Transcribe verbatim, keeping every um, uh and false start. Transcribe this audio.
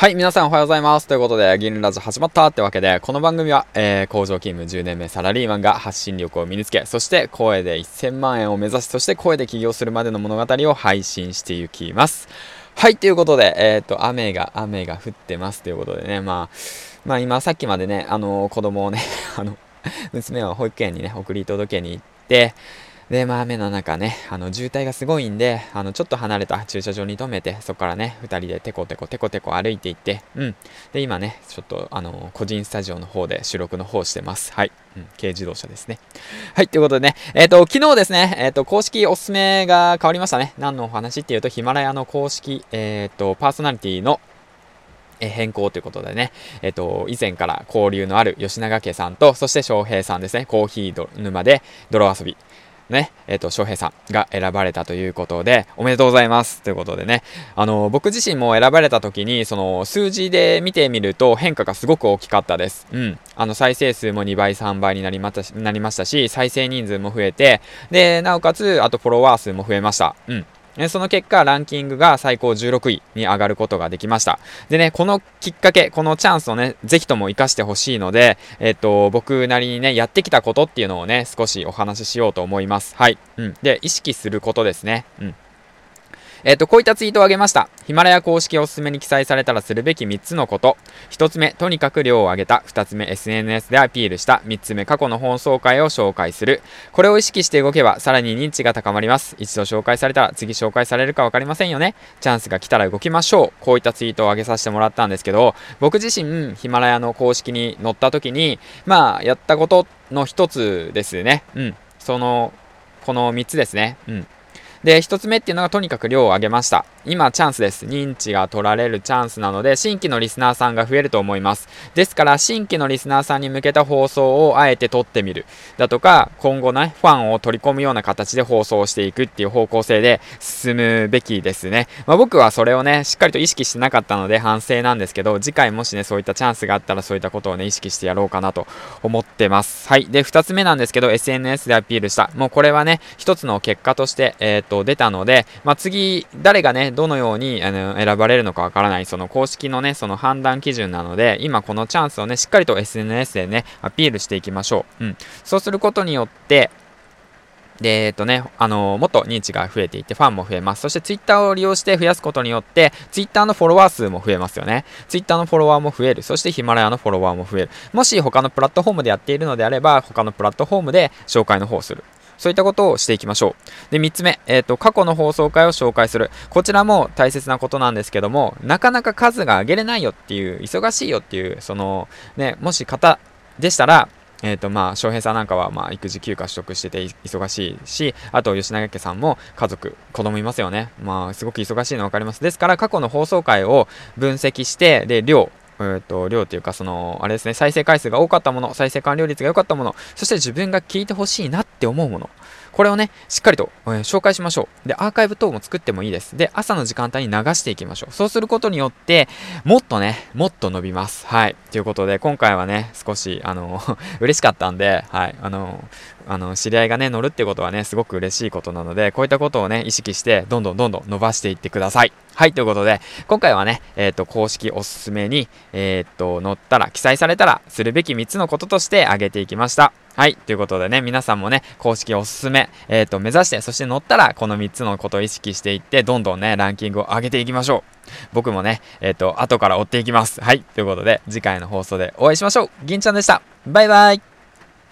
はい、皆さんおはようございます。ということで、銀ラジ始まったってわけで、この番組は、えー、工場勤務じゅうねんめサラリーマンが発信力を身につけ、そして声でせんまんえんを目指し、そして声で起業するまでの物語を配信していきます。はい、ということで、えっと、雨が、雨が降ってますということでね、まあ、まあ今さっきまでね、あのー、子供をね、あの、娘を保育園にね、送り届けに行って、で、まあ雨の中ね、あの渋滞がすごいんで、あのちょっと離れた駐車場に止めて、そこからね、二人でテコテコテコテコ歩いていって、うん。で、今ね、ちょっとあの、個人スタジオの方で収録の方してます。はい。うん、軽自動車ですね。はい、ということでね、えっ、ー、と、昨日ですね、えっ、ー、と、公式おすすめが変わりましたね。何のお話っていうと、ヒマラヤの公式、えっ、ー、と、パーソナリティの変更ということでね、えっと、以前から交流のある吉永家さんと、そして翔平さんですね、コーヒー沼で泥遊び。ね、えっと、翔平さんが選ばれたということで、おめでとうございます。ということでね、あの、僕自身も選ばれた時に、その、数字で見てみると変化がすごく大きかったです。うん。あの、再生数もにばい、さんばいになりました、なりましたし、再生人数も増えて、で、なおかつ、あとフォロワー数も増えました。うん。その結果、ランキングが最高じゅうろくいに上がることができました。でね、このきっかけ、このチャンスをね、ぜひとも活かしてほしいので、えっと、僕なりにね、やってきたことっていうのをね、少しお話ししようと思います。はい。うん。で、意識することですね。うん。えっと、こういったツイートをあげました。ヒマラヤ公式おすすめに記載されたらするべきみっつのこと。ひとつめ、とにかく量を上げた。ふたつめ、エスエヌエス でアピールした。みっつめ、過去の放送回を紹介する。これを意識して動けば、さらに認知が高まります。一度紹介されたら、次紹介されるかわかりませんよね。チャンスが来たら動きましょう。こういったツイートを上げさせてもらったんですけど、僕自身、ヒマラヤの公式に載った時に、まあ、やったことの一つですね。うん。その、このみっつですね。うん。で、一つ目っていうのがとにかく量を上げました。今チャンスです。認知が取られるチャンスなので、新規のリスナーさんが増えると思います。ですから、新規のリスナーさんに向けた放送をあえて撮ってみる。だとか、今後ね、ファンを取り込むような形で放送していくっていう方向性で進むべきですね。まあ、僕はそれをね、しっかりと意識してなかったので反省なんですけど、次回もしね、そういったチャンスがあったらそういったことをね、意識してやろうかなと思ってます。はい。で、二つ目なんですけど、エスエヌエス でアピールした。もうこれはね、一つの結果として、えっと、出たので、まあ、次、誰がね、どのようにあの選ばれるのかわからない、その公式のね、その判断基準なので、今このチャンスをね、しっかりと エスエヌエス でね、アピールしていきましょう。うん。そうすることによって、で、えっとね、あのー、もっと認知が増えていって、ファンも増えます。そしてツイッターを利用して増やすことによって、ツイッターのフォロワー数も増えますよね。ツイッターのフォロワーも増える。そしてヒマラヤのフォロワーも増える。もし他のプラットフォームでやっているのであれば、他のプラットフォームで紹介の方をする。そういったことをしていきましょう。で、みっつめ、えっと、過去の放送回を紹介する。こちらも大切なことなんですけども、なかなか数が上げれないよっていう、忙しいよっていう、その、ね、もし方でしたら、えっと、まあ、翔平さんなんかは、まあ、育児休暇取得してて忙しいし、あと、吉永家さんも家族、子供いますよね。まあ、すごく忙しいの分かります。ですから、過去の放送回を分析して、で、量、えー、と量というかそのあれですね、再生回数が多かったもの、再生完了率が良かったもの、そして自分が聞いてほしいなって思うもの、これをねしっかりと、えー、紹介しましょう。で、アーカイブ等も作ってもいいです。で、朝の時間帯に流していきましょう。そうすることによってもっとねもっと伸びます。はいということで、今回はね少しあの嬉しかったんで、はいあのあの知り合いがね乗るってことはねすごく嬉しいことなので、こういったことをね意識してどんどんどんどん伸ばしていってください。はいということで、今回はねえっ、ー、と公式おすすめにえっ、ー、と載ったら記載されたらするべきみっつのこととして挙げていきました。はいということでね、皆さんもね公式おすすめえっ、ー、と目指して、そして載ったらこのみっつのことを意識していって、どんどんねランキングを上げていきましょう。僕もねえっ、ー、と後から追っていきます。はいということで、次回の放送でお会いしましょう。銀ちゃんでした。バイバイ。